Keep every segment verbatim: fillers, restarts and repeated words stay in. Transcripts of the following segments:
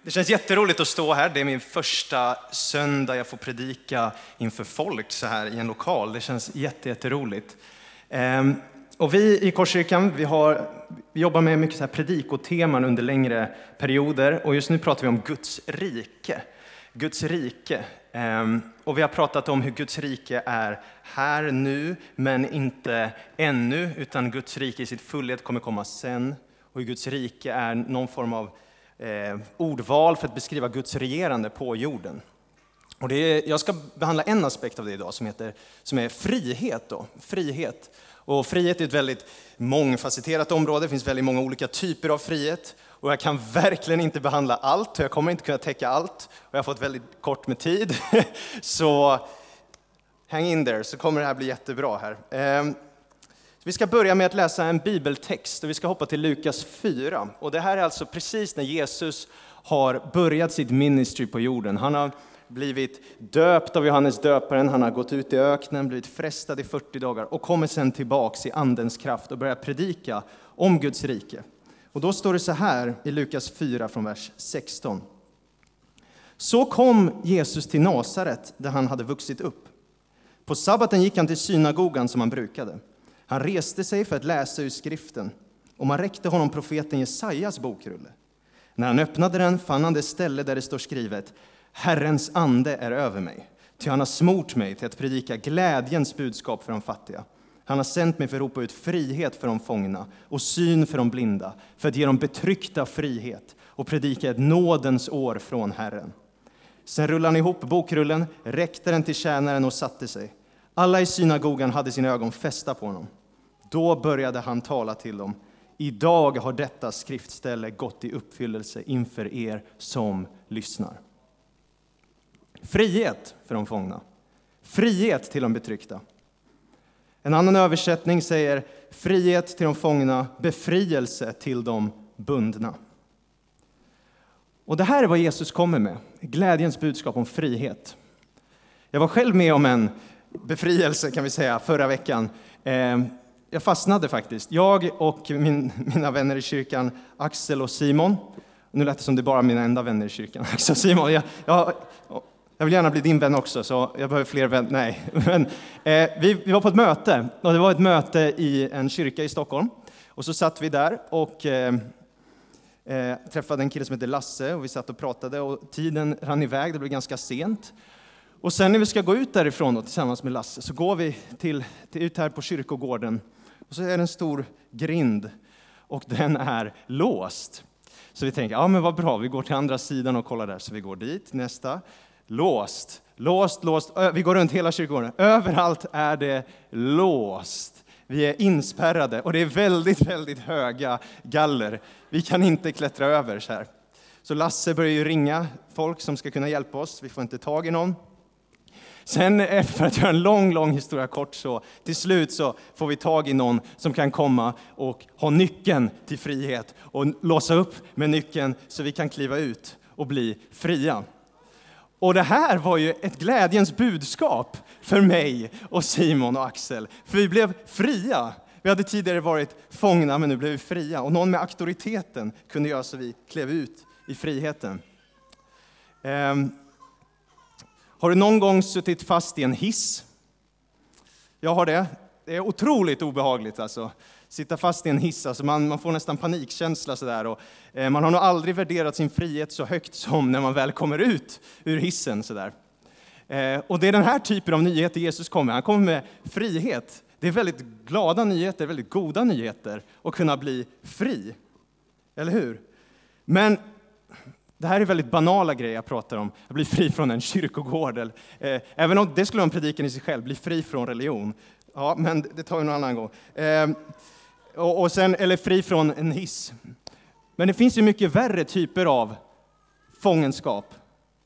Det känns jätteroligt att stå här. Det är min första söndag jag får predika inför folk så här i en lokal. Det känns jätte, jätteroligt. Ehm, och vi i Korskyrkan, vi, har, vi jobbar med mycket så här predikoteman under längre perioder. Och just nu pratar vi om Guds rike. Guds rike. Ehm, och vi har pratat om hur Guds rike är här nu, men inte ännu. Utan Guds rike i sitt fullhet kommer komma sen. Och hur Guds rike är någon form av Eh, ordval för att beskriva Guds regerande på jorden. Och det är, jag ska behandla en aspekt av det idag som, heter, som är frihet. Då. Frihet. Och frihet är ett väldigt mångfacetterat område. Det finns väldigt många olika typer av frihet. Och jag kan verkligen inte behandla allt. Och jag kommer inte kunna täcka allt. Och jag har fått väldigt kort med tid. Så hang in there så kommer det här bli jättebra här. Eh, Vi ska börja med att läsa en bibeltext och vi ska hoppa till Lukas fyra. Och det här är alltså precis när Jesus har börjat sitt ministry på jorden. Han har blivit döpt av Johannes döparen, han har gått ut i öknen, blivit frestad i fyrtio dagar och kommer sen tillbaks i andens kraft och börjar predika om Guds rike. Och då står det så här i Lukas fyra från vers sexton. Så kom Jesus till Nasaret där han hade vuxit upp. På sabbaten gick han till synagogan som han brukade. Han reste sig för att läsa ur skriften, och man räckte honom profeten Jesajas bokrulle. När han öppnade den fann han det ställe där det står skrivet: Herrens ande är över mig, ty han har smort mig till att predika glädjens budskap för de fattiga. Han har sänt mig för att ropa ut frihet för de fångna och syn för de blinda, för att ge dem betryckta frihet och predika ett nådens år från Herren. Sen rullade han ihop bokrullen, räckte den till tjänaren och satte sig. Alla i synagogan hade sina ögon fästa på honom. Då började han tala till dem. Idag har detta skriftställe gått i uppfyllelse inför er som lyssnar. Frihet för de fångna. Frihet till de betryckta. En annan översättning säger frihet till de fångna, befrielse till de bundna. Och det här är vad Jesus kommer med. Glädjens budskap om frihet. Jag var själv med om en befrielse kan vi säga förra veckan. Jag fastnade faktiskt. Jag och min, mina vänner i kyrkan, Axel och Simon. Nu lät det som det bara mina enda vänner i kyrkan. Axel och Simon. Jag, jag, jag vill gärna bli din vän också, så jag behöver fler vänner. Nej. Men, eh, vi, vi var på ett möte. Och det var ett möte i en kyrka i Stockholm. Och så satt vi där och eh, eh, träffade en kille som heter Lasse. Och vi satt och pratade och tiden rann iväg. Det blev ganska sent. Och sen när vi ska gå ut därifrån då, tillsammans med Lasse, så går vi till, till, ut här på kyrkogården. Och så är det en stor grind och den är låst. Så vi tänker, ja men vad bra, vi går till andra sidan och kollar där. Så vi går dit, nästa, låst, låst, låst. Vi går runt hela kyrkogården. Överallt är det låst. Vi är inspärrade och det är väldigt, väldigt höga galler. Vi kan inte klättra över så här. Så Lasse börjar ju ringa folk som ska kunna hjälpa oss. Vi får inte tag i någon. Sen, för att göra en lång, lång historia kort, så till slut så får vi tag i någon som kan komma och ha nyckeln till frihet och låsa upp med nyckeln så vi kan kliva ut och bli fria. Och det här var ju ett glädjens budskap för mig och Simon och Axel. För vi blev fria. Vi hade tidigare varit fångna, men nu blev vi fria. Och någon med auktoriteten kunde göra så vi klev ut i friheten. Um, Har du någon gång suttit fast i en hiss? Jag har det. Det är otroligt obehagligt alltså. Sitta fast i en hiss. Alltså man, man får nästan panikkänsla sådär. Och, eh, man har nog aldrig värderat sin frihet så högt som när man väl kommer ut ur hissen. Sådär. Eh, och det är den här typen av nyheter Jesus kommer. Han kommer med frihet. Det är väldigt glada nyheter, väldigt goda nyheter. Att kunna bli fri. Eller hur? Men det här är väldigt banala grejer jag pratar om. Att bli fri från en kyrkogård. Eh, även om det skulle vara en predikan i sig själv. Bli fri från religion. Ja, men det tar vi någon annan gång. Eh, och, och sen, eller fri från en hiss. Men det finns ju mycket värre typer av fångenskap.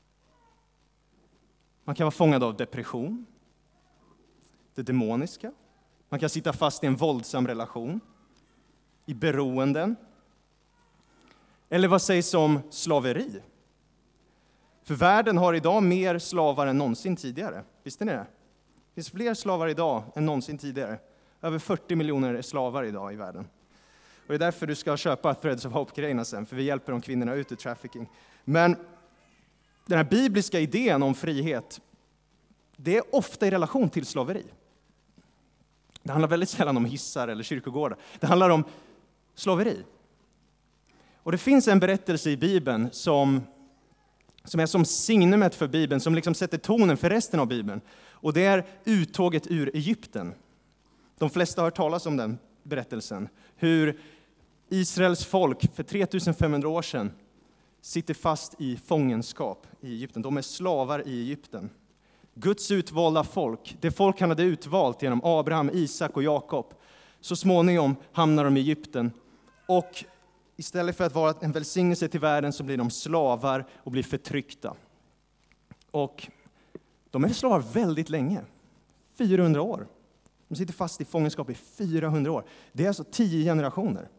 Man kan vara fångad av depression. Det demoniska. Man kan sitta fast i en våldsam relation. I beroenden. Eller vad sägs om slaveri? För världen har idag mer slavar än någonsin tidigare. Visste ni det? Det finns fler slavar idag än någonsin tidigare. Över fyrtio miljoner är slavar idag i världen. Och det är därför du ska köpa Threads of Hope-grejerna sen. För vi hjälper de kvinnorna ut ur trafficking. Men den här bibliska idén om frihet, det är ofta i relation till slaveri. Det handlar väldigt sällan om hissar eller kyrkogårdar. Det handlar om slaveri. Och det finns en berättelse i Bibeln som, som är som signumet för Bibeln, som liksom sätter tonen för resten av Bibeln. Och det är uttåget ur Egypten. De flesta har hört talas om den berättelsen. Hur Israels folk för tre tusen femhundra år sedan sitter fast i fångenskap i Egypten. De är slavar i Egypten. Guds utvalda folk, det folk han hade utvalt genom Abraham, Isak och Jakob. Så småningom hamnar de i Egypten. Och istället för att vara en välsignelse till världen så blir de slavar och blir förtryckta. Och de är slavar väldigt länge. fyrahundra år. De sitter fast i fångenskap i fyrahundra år. Det är alltså tio generationer.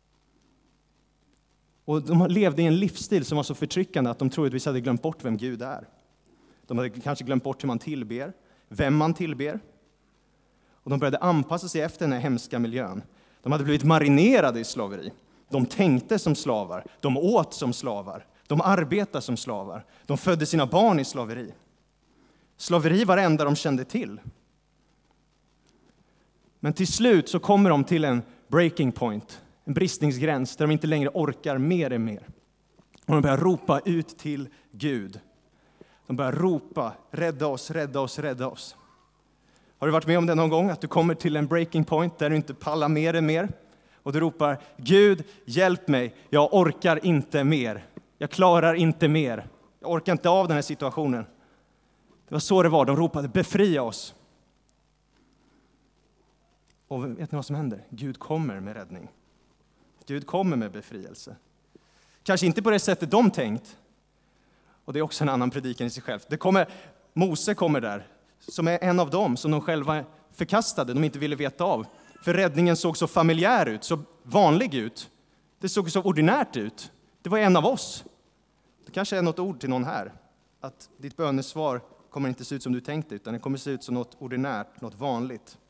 Och de levde i en livsstil som var så förtryckande att de troligtvis hade glömt bort vem Gud är. De hade kanske glömt bort hur man tillber, vem man tillber. Och de började anpassa sig efter den här hemska miljön. De hade blivit marinerade i slaveri. De tänkte som slavar, de åt som slavar, de arbetade som slavar. De födde sina barn i slaveri. Slaveri var det enda de kände till. Men till slut så kommer de till en breaking point, en bristningsgräns där de inte längre orkar mer än mer. Och de börjar ropa ut till Gud. De börjar ropa, rädda oss, rädda oss, rädda oss. Har du varit med om det någon gång? Att du kommer till en breaking point där du inte pallar mer än mer. Och du ropar, Gud, hjälp mig, jag orkar inte mer. Jag klarar inte mer. Jag orkar inte av den här situationen. Det var så det var, de ropade, befria oss. Och vet ni vad som händer? Gud kommer med räddning. Gud kommer med befrielse. Kanske inte på det sättet de tänkt. Och det är också en annan predikan i sig själv. Det kommer, Mose kommer där, som är en av dem som de själva förkastade, de inte ville veta av. För räddningen såg så familjär ut, så vanlig ut. Det såg så ordinärt ut. Det var en av oss. Det kanske är något ord till någon här. Att ditt bönesvar kommer inte se ut som du tänkte, utan det kommer se ut som något ordinärt, något vanligt.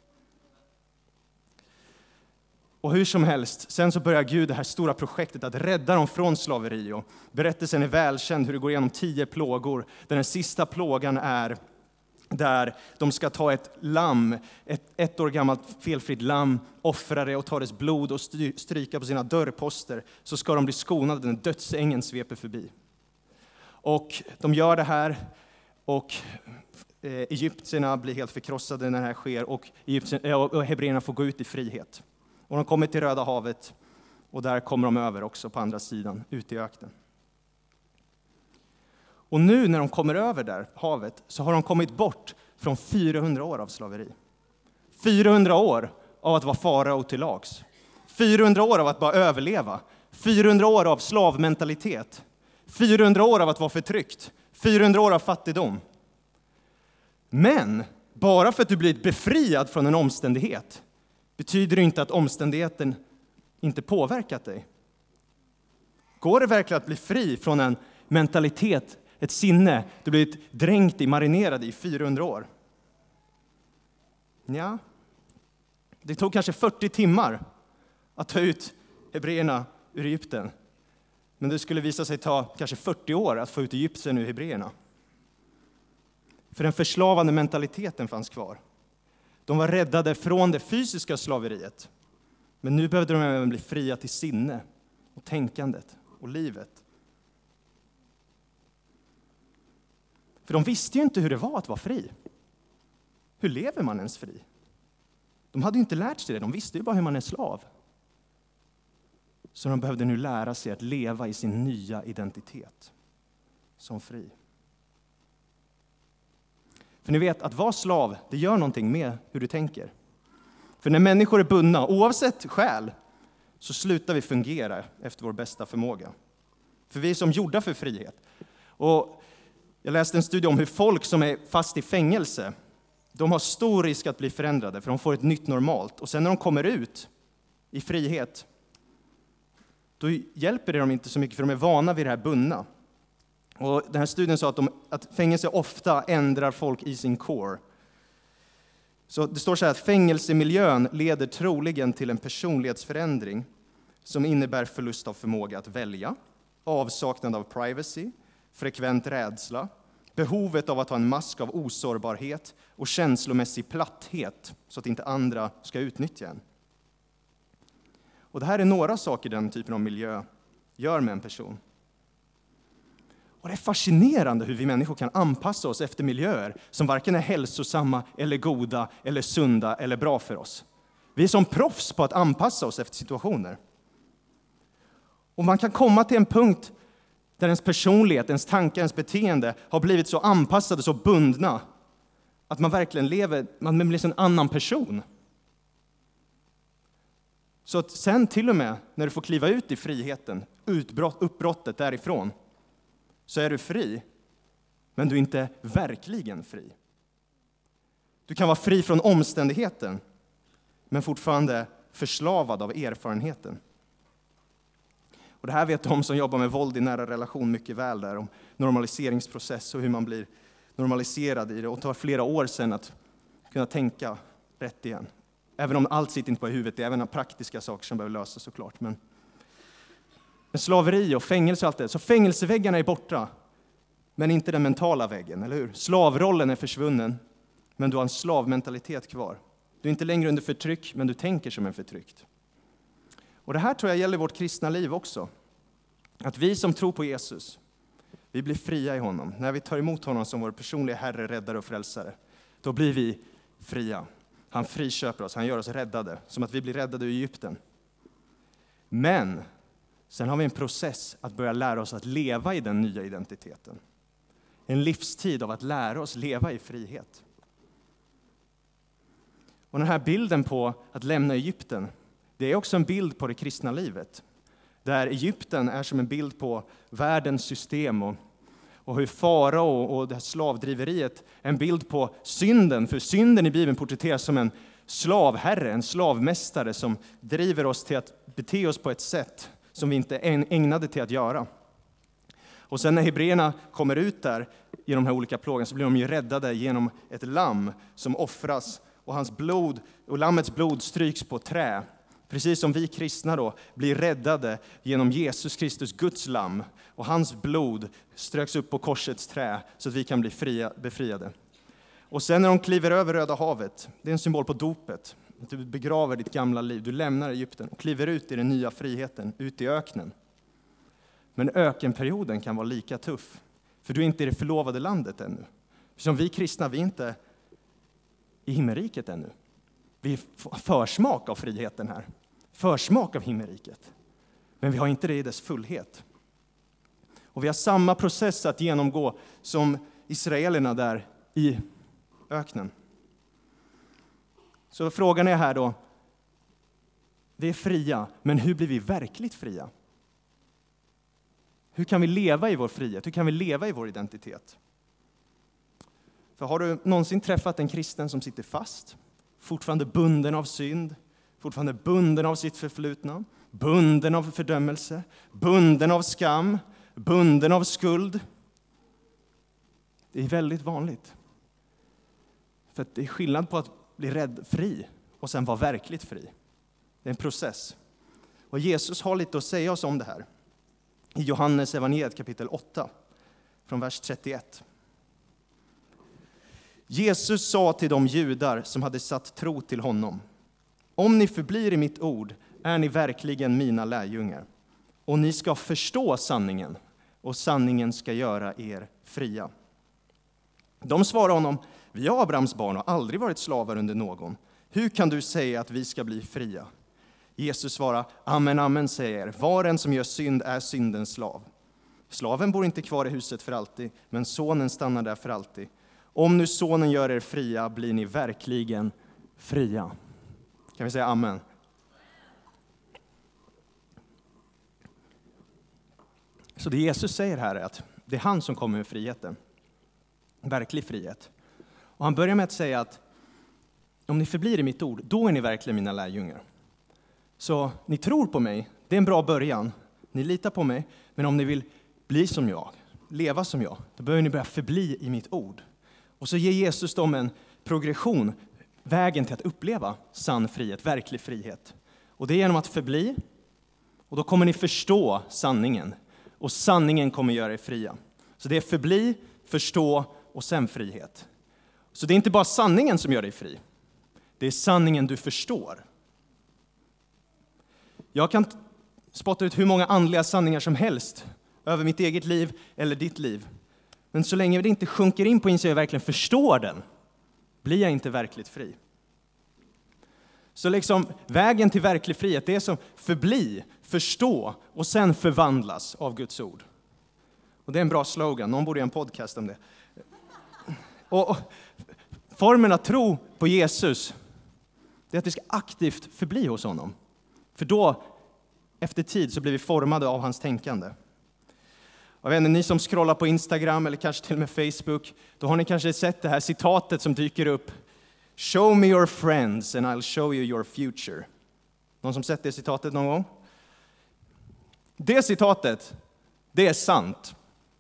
Och hur som helst, sen så börjar Gud det här stora projektet att rädda dem från slaveri. Och berättelsen är välkänd hur det går igenom tio plågor. Den sista plågan är där de ska ta ett lamm, ett, ett år gammalt felfritt lamm, offra det och ta dess blod och stryka på sina dörrposter. Så ska de bli skonade när dödsängeln sveper förbi. Och de gör det här och eh, egyptierna blir helt förkrossade när det här sker. Och, eh, och hebreerna får gå ut i frihet. Och de kommer till Röda havet och där kommer de över också på andra sidan, ut i öknen. Och nu när de kommer över där, havet, så har de kommit bort från fyrahundra år av slaveri. fyrahundra år av att vara farao till lags. fyrahundra år av att bara överleva. fyrahundra år av slavmentalitet. fyrahundra år av att vara förtryckt. fyrahundra år av fattigdom. Men bara för att du blivit befriad från en omständighet betyder det inte att omständigheten inte påverkat dig. Går det verkligen att bli fri från en mentalitet, ett sinne du blivit dränkt i, marinerad i fyrahundra år? Ja, det tog kanske fyrtio timmar att ta ut hebreerna ur Egypten. Men det skulle visa sig ta kanske fyrtio år att få ut Egypten ur hebreerna. För den förslavande mentaliteten fanns kvar. De var räddade från det fysiska slaveriet. Men nu behövde de även bli fria till sinne och tänkandet och livet. För de visste ju inte hur det var att vara fri. Hur lever man ens fri? De hade ju inte lärt sig det, de visste ju bara hur man är slav. Så de behövde nu lära sig att leva i sin nya identitet som fri. För ni vet, att vara slav, det gör någonting med hur du tänker. För när människor är bundna, oavsett skäl, så slutar vi fungera efter vår bästa förmåga. För vi är som gjorda för frihet. Och jag läste en studie om hur folk som är fast i fängelse, de har stor risk att bli förändrade, för de får ett nytt normalt. Och sen när de kommer ut i frihet, då hjälper det dem inte så mycket, för de är vana vid det här bundna. Och den här studien sa att, de, att fängelse ofta ändrar folk i sin core. Så det står så här att fängelsemiljön leder troligen till en personlighetsförändring som innebär förlust av förmåga att välja, avsaknad av privacy, frekvent rädsla, behovet av att ha en mask av osårbarhet och känslomässig platthet så att inte andra ska utnyttja en. Och det här är några saker den typen av miljö gör med en person. Och det är fascinerande hur vi människor kan anpassa oss efter miljöer som varken är hälsosamma eller goda eller sunda eller bra för oss. Vi är som proffs på att anpassa oss efter situationer. Och man kan komma till en punkt där ens personlighet, ens tankar, ens beteende har blivit så anpassade, så bundna att man verkligen lever, man blir en annan person. Så att sen till och med när du får kliva ut i friheten, utbrott, uppbrottet därifrån, så är du fri, men du är inte verkligen fri. Du kan vara fri från omständigheten, men fortfarande förslavad av erfarenheten. Och det här vet de som jobbar med våld i nära relation mycket väl där, om normaliseringsprocess och hur man blir normaliserad i det. Och det tar flera år sedan att kunna tänka rätt igen. Även om allt sitter inte på huvudet, det är även praktiska saker som behöver lösas såklart. Men, men slaveri och fängelse och allt det, så fängelseväggarna är borta, men inte den mentala väggen, eller hur? Slavrollen är försvunnen, men du har en slavmentalitet kvar. Du är inte längre under förtryck, men du tänker som en förtryckt. Och det här tror jag gäller vårt kristna liv också. Att vi som tror på Jesus, vi blir fria i honom. När vi tar emot honom som vår personliga Herre, räddare och frälsare, då blir vi fria. Han friköper oss, han gör oss räddade, som att vi blir räddade ur Egypten. Men sen har vi en process att börja lära oss att leva i den nya identiteten. En livstid av att lära oss leva i frihet. Och den här bilden på att lämna Egypten, det är också en bild på det kristna livet. Där Egypten är som en bild på världens system och, och hur farao och det här slavdriveriet är en bild på synden. För synden i Bibeln porträtteras som en slavherre, en slavmästare som driver oss till att bete oss på ett sätt som vi inte är ägnade till att göra. Och sen när hebreerna kommer ut där i de här olika plågorna så blir de ju räddade genom ett lamm som offras. Och hans blod och lammets blod stryks på trä. Precis som vi kristna då blir räddade genom Jesus Kristus, Guds lamm. Och hans blod ströks upp på korsets trä så att vi kan bli fria, befriade. Och sen när de kliver över Röda havet, det är en symbol på dopet. Att du begraver ditt gamla liv, du lämnar Egypten och kliver ut i den nya friheten, ut i öknen. Men ökenperioden kan vara lika tuff, för du är inte i det förlovade landet ännu. Som vi kristna, vi är inte i himmelriket ännu. Vi får försmak av friheten här. Försmak av himmelriket. Men vi har inte det i dess fullhet. Och vi har samma process att genomgå som israelerna där i öknen. Så frågan är här då. Vi är fria, men hur blir vi verkligt fria? Hur kan vi leva i vår frihet? Hur kan vi leva i vår identitet? För har du någonsin träffat en kristen som sitter fast? Fortfarande bunden av synd, fortfarande bunden av sitt förflutna, bunden av fördömelse, bunden av skam, bunden av skuld. Det är väldigt vanligt. För att det är skillnad på att bli rädd fri och sen vara verkligt fri. Det är en process. Och Jesus har lite att säga oss om det här. I Johannes evangeliet kapitel åtta, från vers trettioett. Jesus sa till de judar som hade satt tro till honom: om ni förblir i mitt ord är ni verkligen mina lärjungar. Och ni ska förstå sanningen, och sanningen ska göra er fria. De svarade honom: vi är Abrahams barn och aldrig varit slavar under någon. Hur kan du säga att vi ska bli fria? Jesus svarade: amen, amen säger er. Var en som gör synd är syndens slav. Slaven bor inte kvar i huset för alltid, men sonen stannar där för alltid. Om nu sonen gör er fria blir ni verkligen fria. Kan vi säga amen? Så det Jesus säger här är att det är han som kommer med friheten. Verklig frihet. Och han börjar med att säga att om ni förblir i mitt ord, då är ni verkligen mina lärjungar. Så ni tror på mig, det är en bra början. Ni litar på mig, men om ni vill bli som jag, leva som jag, då behöver ni börja förbli i mitt ord. Och så ger Jesus dem en progression, vägen till att uppleva sann frihet, verklig frihet. Och det är genom att förbli, och då kommer ni förstå sanningen. Och sanningen kommer göra er fria. Så det är förbli, förstå och sen frihet. Så det är inte bara sanningen som gör dig fri. Det är sanningen du förstår. Jag kan spotta ut hur många andliga sanningar som helst över mitt eget liv eller ditt liv. Men så länge det inte sjunker in på insidan och jag verkligen förstår den, blir jag inte verkligt fri. Så liksom vägen till verklig frihet, det är som förbli, förstå och sen förvandlas av Guds ord. Och det är en bra slogan, någon borde göra en podcast om det. Och, och formen att tro på Jesus, det är att vi ska aktivt förbli hos honom. För då, efter tid, så blir vi formade av hans tänkande. Och vänner, ni som scrollar på Instagram eller kanske till och med Facebook, då har ni kanske sett det här citatet som dyker upp. Show me your friends and I'll show you your future. Någon som sett det citatet någon gång? Det citatet, det är sant.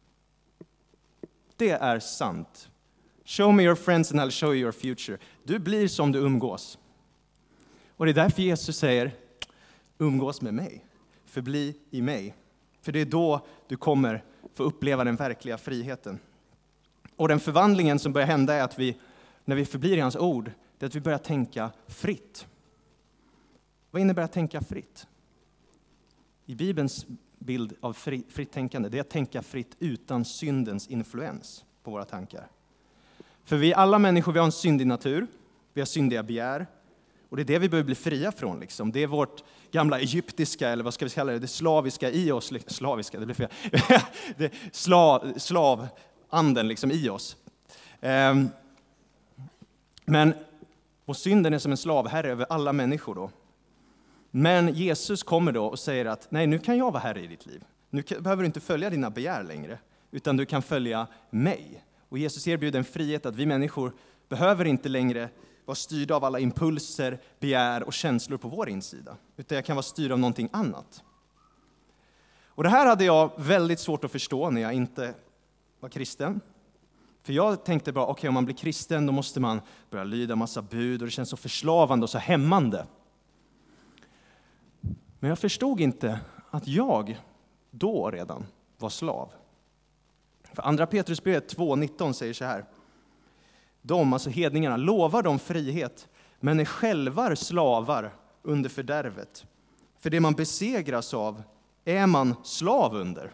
Det är sant. Show me your friends and I'll show you your future. Du blir som du umgås. Och det är därför Jesus säger, umgås med mig. Förbli i mig. För det är då du kommer få uppleva den verkliga friheten. Och den förvandlingen som börjar hända är att vi, när vi förblir i hans ord, det är att vi börjar tänka fritt. Vad innebär att tänka fritt? I Bibelns bild av fri, fritt tänkande, det är att tänka fritt utan syndens influens på våra tankar. För vi alla människor, vi har en syndig natur, vi har syndiga begär. Och det är det vi behöver bli fria från. Liksom. Det är vårt gamla egyptiska, eller vad ska vi kalla det, det slaviska i oss. Slaviska, det blir fel. det slav, slavanden liksom i oss. Um, men och synden är som en slavherre över alla människor då. Men Jesus kommer då och säger att nej, nu kan jag vara herre i ditt liv. Nu behöver du inte följa dina begär längre, utan du kan följa mig. Och Jesus erbjuder en frihet att vi människor behöver inte längre vara styrda av alla impulser, begär och känslor på vår insida. Utan jag kan vara styrd av någonting annat. Och det här hade jag väldigt svårt att förstå när jag inte var kristen. För jag tänkte bara, okej, okay, om man blir kristen då måste man börja lyda massa bud och det känns så förslavande och så hämmande. Men jag förstod inte att jag då redan var slav. För andra Petrusbrevet två nitton säger så här. De, alltså hedningarna, lovar dem frihet, men är själva slavar under fördärvet. För det man besegras av är man slav under.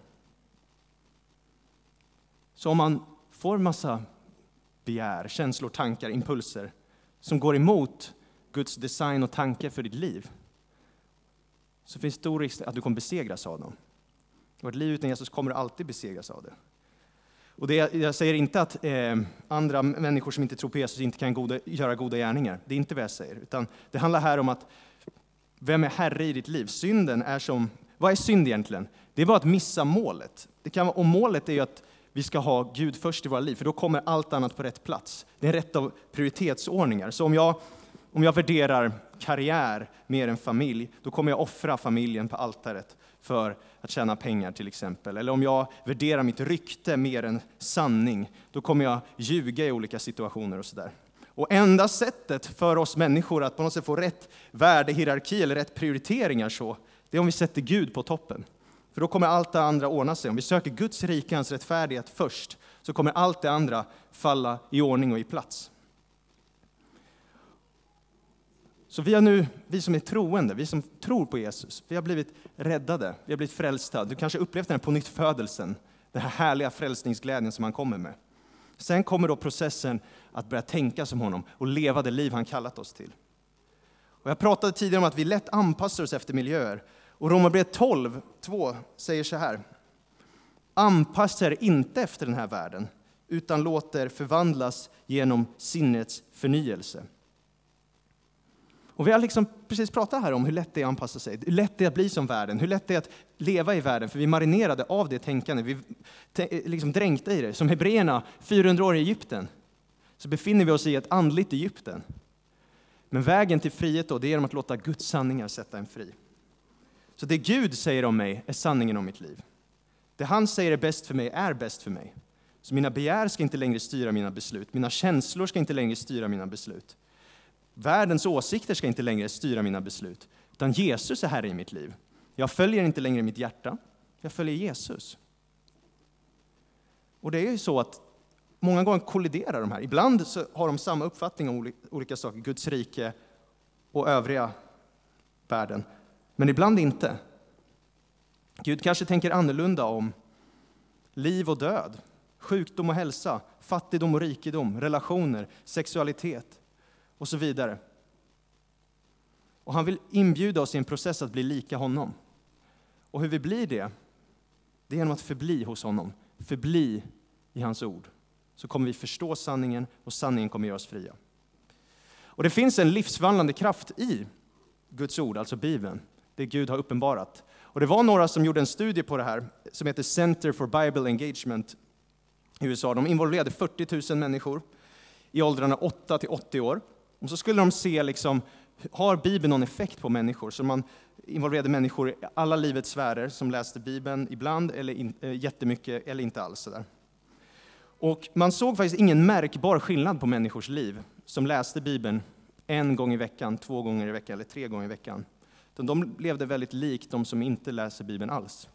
Så om man får massa begär, känslor, tankar, impulser som går emot Guds design och tanke för ditt liv, så finns det stor risk att du kommer besegras av dem. Och ett liv utan Jesus kommer du alltid besegras av det. Och det, jag säger inte att eh, andra människor som inte tror på Jesus inte kan goda, göra goda gärningar. Det är inte vad jag säger. Utan det handlar här om att vem är herre i ditt liv? Synden är som, vad är synd egentligen? Det är bara att missa målet. Det kan, och målet är ju att vi ska ha Gud först i våra liv. För då kommer allt annat på rätt plats. Det är en rätt av prioritetsordningar. Så om jag, om jag värderar karriär mer än familj, då kommer jag offra familjen på altaret för att tjäna pengar till exempel. Eller om jag värderar mitt rykte mer än sanning, då kommer jag ljuga i olika situationer och sådär. Och enda sättet för oss människor att på något sätt få rätt värdehierarki eller rätt prioriteringar så, det är om vi sätter Gud på toppen. För då kommer allt det andra ordna sig. Om vi söker Guds rike, hans rättfärdighet först, så kommer allt det andra falla i ordning och i plats. Så vi har nu, vi som är troende, vi som tror på Jesus, vi har blivit räddade, vi har blivit frälsta. Du kanske upplevt den här pånyttfödelsen, den här härliga frälsningsglädjen som han kommer med. Sen kommer då processen att börja tänka som honom och leva det liv han kallat oss till. Och jag pratade tidigare om att vi lätt anpassar oss efter miljöer. Och Romarbrevet tolv två säger så här. Anpassa er inte efter den här världen, utan låt er förvandlas genom sinnets förnyelse. Och vi har liksom precis pratat här om hur lätt det är att anpassa sig. Hur lätt det är att bli som världen. Hur lätt det är att leva i världen. För vi är marinerade av det tänkande. Vi är liksom dränkta i det. Som hebreerna, fyrahundra år i Egypten. Så befinner vi oss i ett andligt Egypten. Men vägen till frihet då, det är genom att låta Guds sanningar sätta en fri. Så det Gud säger om mig är sanningen om mitt liv. Det han säger är bäst för mig är bäst för mig. Så mina begär ska inte längre styra mina beslut. Mina känslor ska inte längre styra mina beslut. Världens åsikter ska inte längre styra mina beslut. Utan Jesus är herre i mitt liv. Jag följer inte längre mitt hjärta. Jag följer Jesus. Och det är ju så att många gånger kolliderar de här. Ibland så har de samma uppfattning om olika saker, Guds rike och övriga världen. Men ibland inte. Gud kanske tänker annorlunda om liv och död, sjukdom och hälsa, fattigdom och rikedom, relationer, sexualitet och så vidare. Och han vill inbjuda oss i en process att bli lika honom. Och hur vi blir det, det är genom att förbli hos honom, förbli i hans ord. Så kommer vi förstå sanningen och sanningen kommer göra oss fria. Och det finns en livsvandlande kraft i Guds ord, alltså Bibeln, det Gud har uppenbarat. Och det var några som gjorde en studie på det här som heter Center for Bible Engagement i U S A. De involverade fyrtio tusen människor i åldrarna åtta till åttio år. Och så skulle de se, liksom, har Bibeln någon effekt på människor? Så man involverade människor i alla livets sfärer som läste Bibeln ibland eller in, äh, jättemycket eller inte alls. Sådär. Och man såg faktiskt ingen märkbar skillnad på människors liv som läste Bibeln en gång i veckan, två gånger i veckan eller tre gånger i veckan. De levde väldigt likt de som inte läser Bibeln alls.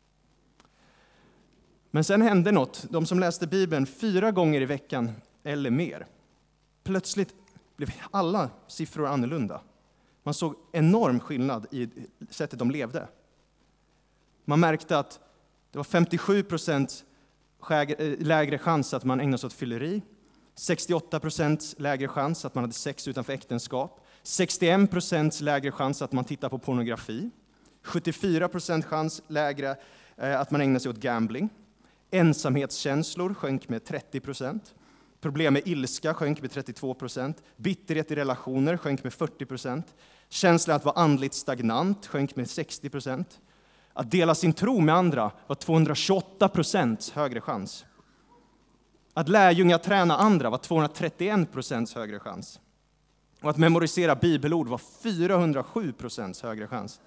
Men sen hände något. De som läste Bibeln fyra gånger i veckan eller mer. Plötsligt blev alla siffror annorlunda. Man såg enorm skillnad i sättet de levde. Man märkte att det var femtiosju procent lägre chans att man ägnade sig åt fylleri. sextioåtta procent lägre chans att man hade sex utanför äktenskap. sextioen procent lägre chans att man tittar på pornografi. sjuttiofyra procent chans lägre att man ägnar sig åt gambling. Ensamhetskänslor sjönk med trettio procent. Problem med ilska sjönk med trettiotvå procent. Bitterhet i relationer sjönk med fyrtio procent. Känslan att vara andligt stagnant sjönk med sextio procent. Att dela sin tro med andra var tvåhundratjugoåtta procent högre chans. Att lärjunga träna andra var tvåhundratrettioen procent högre chans. Och att memorisera bibelord var fyrahundrasju procent högre chans.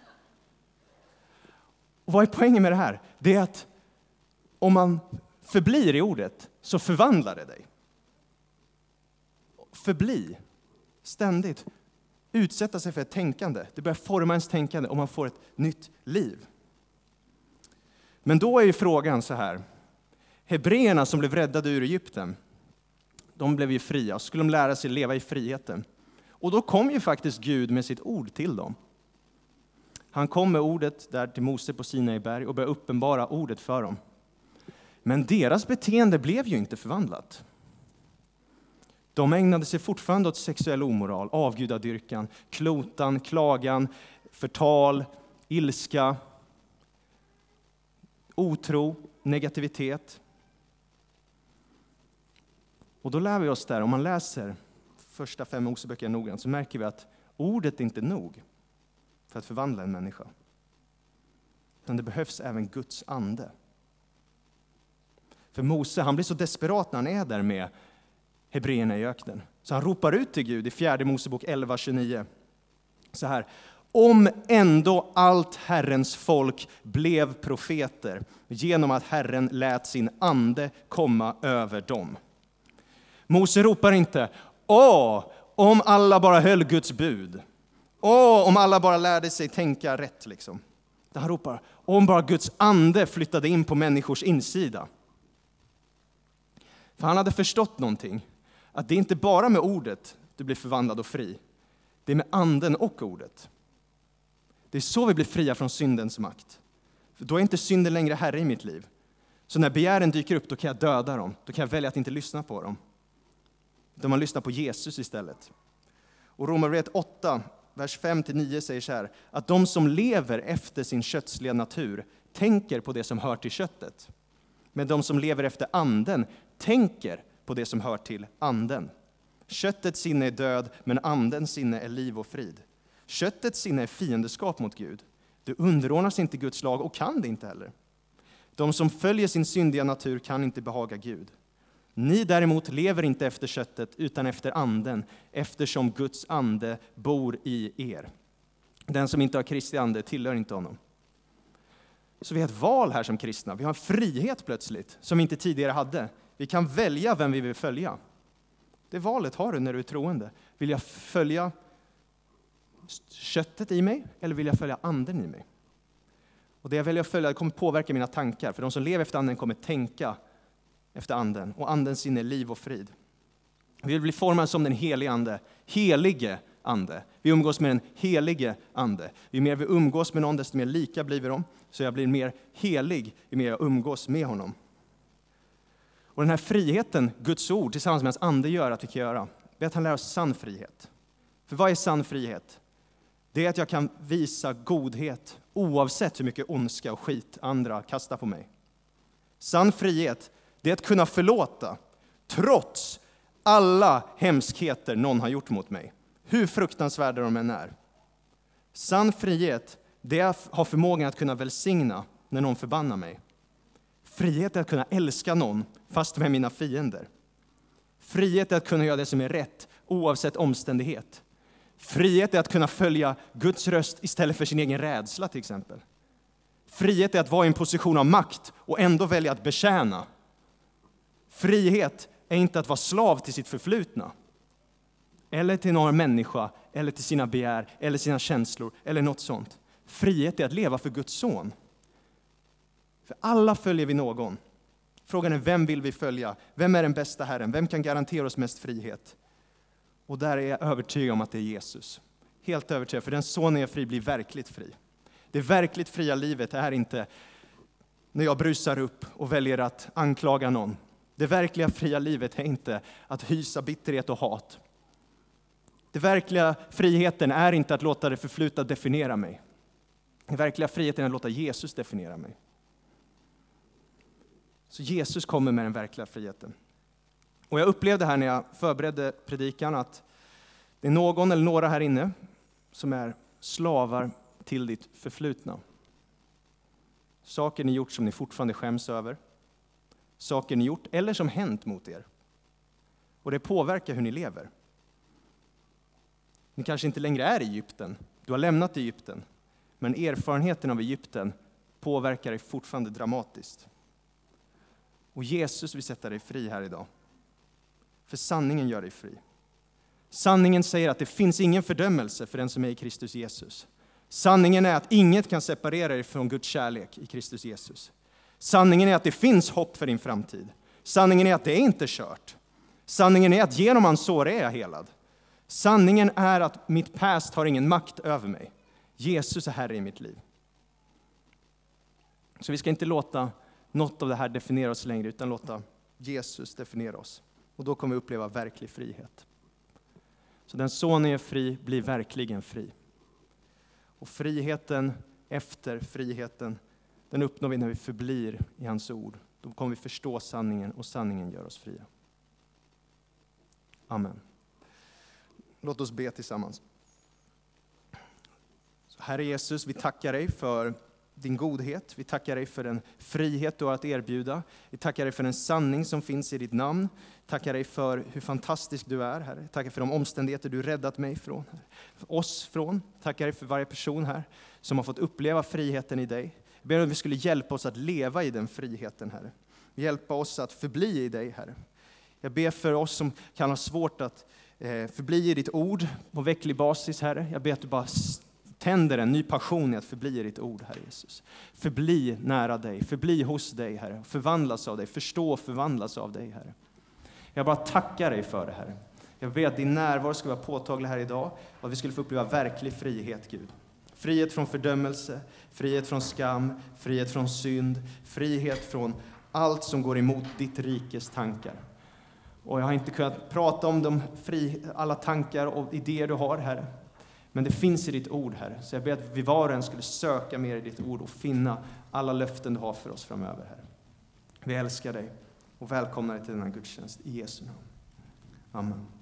Och vad är poängen med det här? Det är att om man förblir i ordet så förvandlar det dig. Förbli, ständigt. Utsätta sig för ett tänkande. Det börjar forma ens tänkande och man får ett nytt liv. Men då är ju frågan så här. Hebreerna som blev räddade ur Egypten, de blev ju fria. Skulle de lära sig leva i friheten. Och då kom ju faktiskt Gud med sitt ord till dem. Han kom med ordet där till Mose på Sinai berg och började uppenbara ordet för dem. Men deras beteende blev ju inte förvandlat. De ägnade sig fortfarande åt sexuell omoral, avgudadyrkan, klotan, klagan, förtal, ilska, otro, negativitet. Och då lär vi oss där, om man läser första fem Moseböcker noggrant, så märker vi att ordet är inte nog för att förvandla en människa. Utan det behövs även Guds ande. För Mose, han blir så desperat när han är där med hebreerna i öknen. Så han ropar ut till Gud i fjärde Mosebok elva tjugonio. Så här. Om ändå allt Herrens folk blev profeter genom att Herren lät sin ande komma över dem. Mose ropar inte, åh, om alla bara höll Guds bud. Åh, om alla bara lärde sig tänka rätt liksom. Han ropar, om bara Guds ande flyttade in på människors insida. För han hade förstått någonting. Att det är inte bara med ordet du blir förvandlad och fri. Det är med anden och ordet. Det är så vi blir fria från syndens makt. För då är inte synden längre herre i mitt liv. Så när begären dyker upp, då kan jag döda dem. Då kan jag välja att inte lyssna på dem. Då man lyssnar på Jesus istället. Och Romarbrevet åtta, vers fem till nio säger så här. Att de som lever efter sin kötsliga natur tänker på det som hör till köttet. Men de som lever efter anden tänker på det som hör till anden. Köttets sinne är död, men andens sinne är liv och frid. Köttets sinne är fiendeskap mot Gud. Det underordnas inte Guds lag och kan det inte heller. De som följer sin syndiga natur kan inte behaga Gud. Ni däremot lever inte efter köttet utan efter anden, eftersom Guds ande bor i er. Den som inte har Kristi ande tillhör inte honom. Så vi har ett val här som kristna. Vi har en frihet plötsligt som vi inte tidigare hade. Vi kan välja vem vi vill följa. Det valet har du när du är troende. Vill jag följa köttet i mig eller vill jag följa anden i mig? Och det jag väljer att följa kommer påverka mina tankar. För de som lever efter anden kommer tänka efter anden, och andens sinne är liv och frid. Vi vill bli formade som den helige ande, helige ande. Vi umgås med den helige ande. Ju mer vi umgås med någon, desto mer lika blir vi dem. Så jag blir mer helig ju mer jag umgås med honom. Och den här friheten, Guds ord tillsammans med hans ande gör att vi kan göra, det är att han lär oss sann frihet. För vad är sann frihet? Det är att jag kan visa godhet oavsett hur mycket ondska och skit andra kastar på mig. Sann frihet, det är att kunna förlåta trots alla hemskheter någon har gjort mot mig. Hur fruktansvärda de än är. Sann frihet, det är att ha förmågan att kunna välsigna när någon förbannar mig. Frihet är att kunna älska någon fast med mina fiender. Frihet är att kunna göra det som är rätt oavsett omständighet. Frihet är att kunna följa Guds röst istället för sin egen rädsla till exempel. Frihet är att vara i en position av makt och ändå välja att betjäna. Frihet är inte att vara slav till sitt förflutna. Eller till någon människa, eller till sina begär, eller sina känslor, eller något sånt. Frihet är att leva för Guds son. För alla följer vi någon. Frågan är, vem vill vi följa? Vem är den bästa Herren? Vem kan garantera oss mest frihet? Och där är jag övertygad om att det är Jesus. Helt övertygad, för den sonen är fri blir verkligt fri. Det verkligt fria livet är inte när jag brusar upp och väljer att anklaga någon. Det verkliga fria livet är inte att hysa bitterhet och hat. Det verkliga friheten är inte att låta det förflutna definiera mig. Den verkliga friheten är att låta Jesus definiera mig. Så Jesus kommer med den verkliga friheten. Och jag upplevde här när jag förberedde predikan att det är någon eller några här inne som är slavar till ditt förflutna. Saker ni gjort som ni fortfarande skäms över. Saker ni gjort eller som hänt mot er. Och det påverkar hur ni lever. Ni kanske inte längre är i Egypten. Du har lämnat Egypten. Men erfarenheten av Egypten påverkar dig fortfarande dramatiskt. Och Jesus vill sätta dig fri här idag. För sanningen gör dig fri. Sanningen säger att det finns ingen fördömelse för den som är i Kristus Jesus. Sanningen är att inget kan separera dig från Guds kärlek i Kristus Jesus. Sanningen är att det finns hopp för din framtid. Sanningen är att det är inte kört. Sanningen är att genom hans sår är jag helad. Sanningen är att mitt past har ingen makt över mig. Jesus är Herre i mitt liv. Så vi ska inte låta något av det här definiera oss längre, utan låta Jesus definiera oss. Och då kommer vi uppleva verklig frihet. Så den sonen är fri blir verkligen fri. Och friheten efter friheten, den uppnår vi när vi förblir i hans ord. Då kommer vi förstå sanningen och sanningen gör oss fria. Amen. Låt oss be tillsammans. Så Herre Jesus, vi tackar dig för din godhet. Vi tackar dig för den frihet du har att erbjuda. Vi tackar dig för den sanning som finns i ditt namn. Tackar dig för hur fantastisk du är, Herre. Tackar för de omständigheter du räddat mig från. För oss från. Tackar dig för varje person här som har fått uppleva friheten i dig. Jag ber att vi skulle hjälpa oss att leva i den friheten, Herre. Hjälpa oss att förbli i dig, Herre. Jag ber för oss som kan ha svårt att eh, förbli i ditt ord på vecklig basis, Herre. Jag ber att du bara tänder en ny passion i att förbli i ditt ord, Herre Jesus. Förbli nära dig, förbli hos dig, Herre. Förvandlas av dig, förstå och förvandlas av dig, Herre. Jag bara tackar dig för det, Herre. Jag ber att din närvaro ska vara påtaglig här idag och att vi skulle få uppleva verklig frihet, Gud. Frihet från fördömelse, frihet från skam, frihet från synd, frihet från allt som går emot ditt rikes tankar. Och jag har inte kunnat prata om de fri, alla tankar och idéer du har, Herre. Men det finns i ditt ord, Herre. Så jag ber att vi var och en skulle söka mer i ditt ord och finna alla löften du har för oss framöver, Herre. Vi älskar dig och välkomnar dig till denna gudstjänst i Jesu namn. Amen.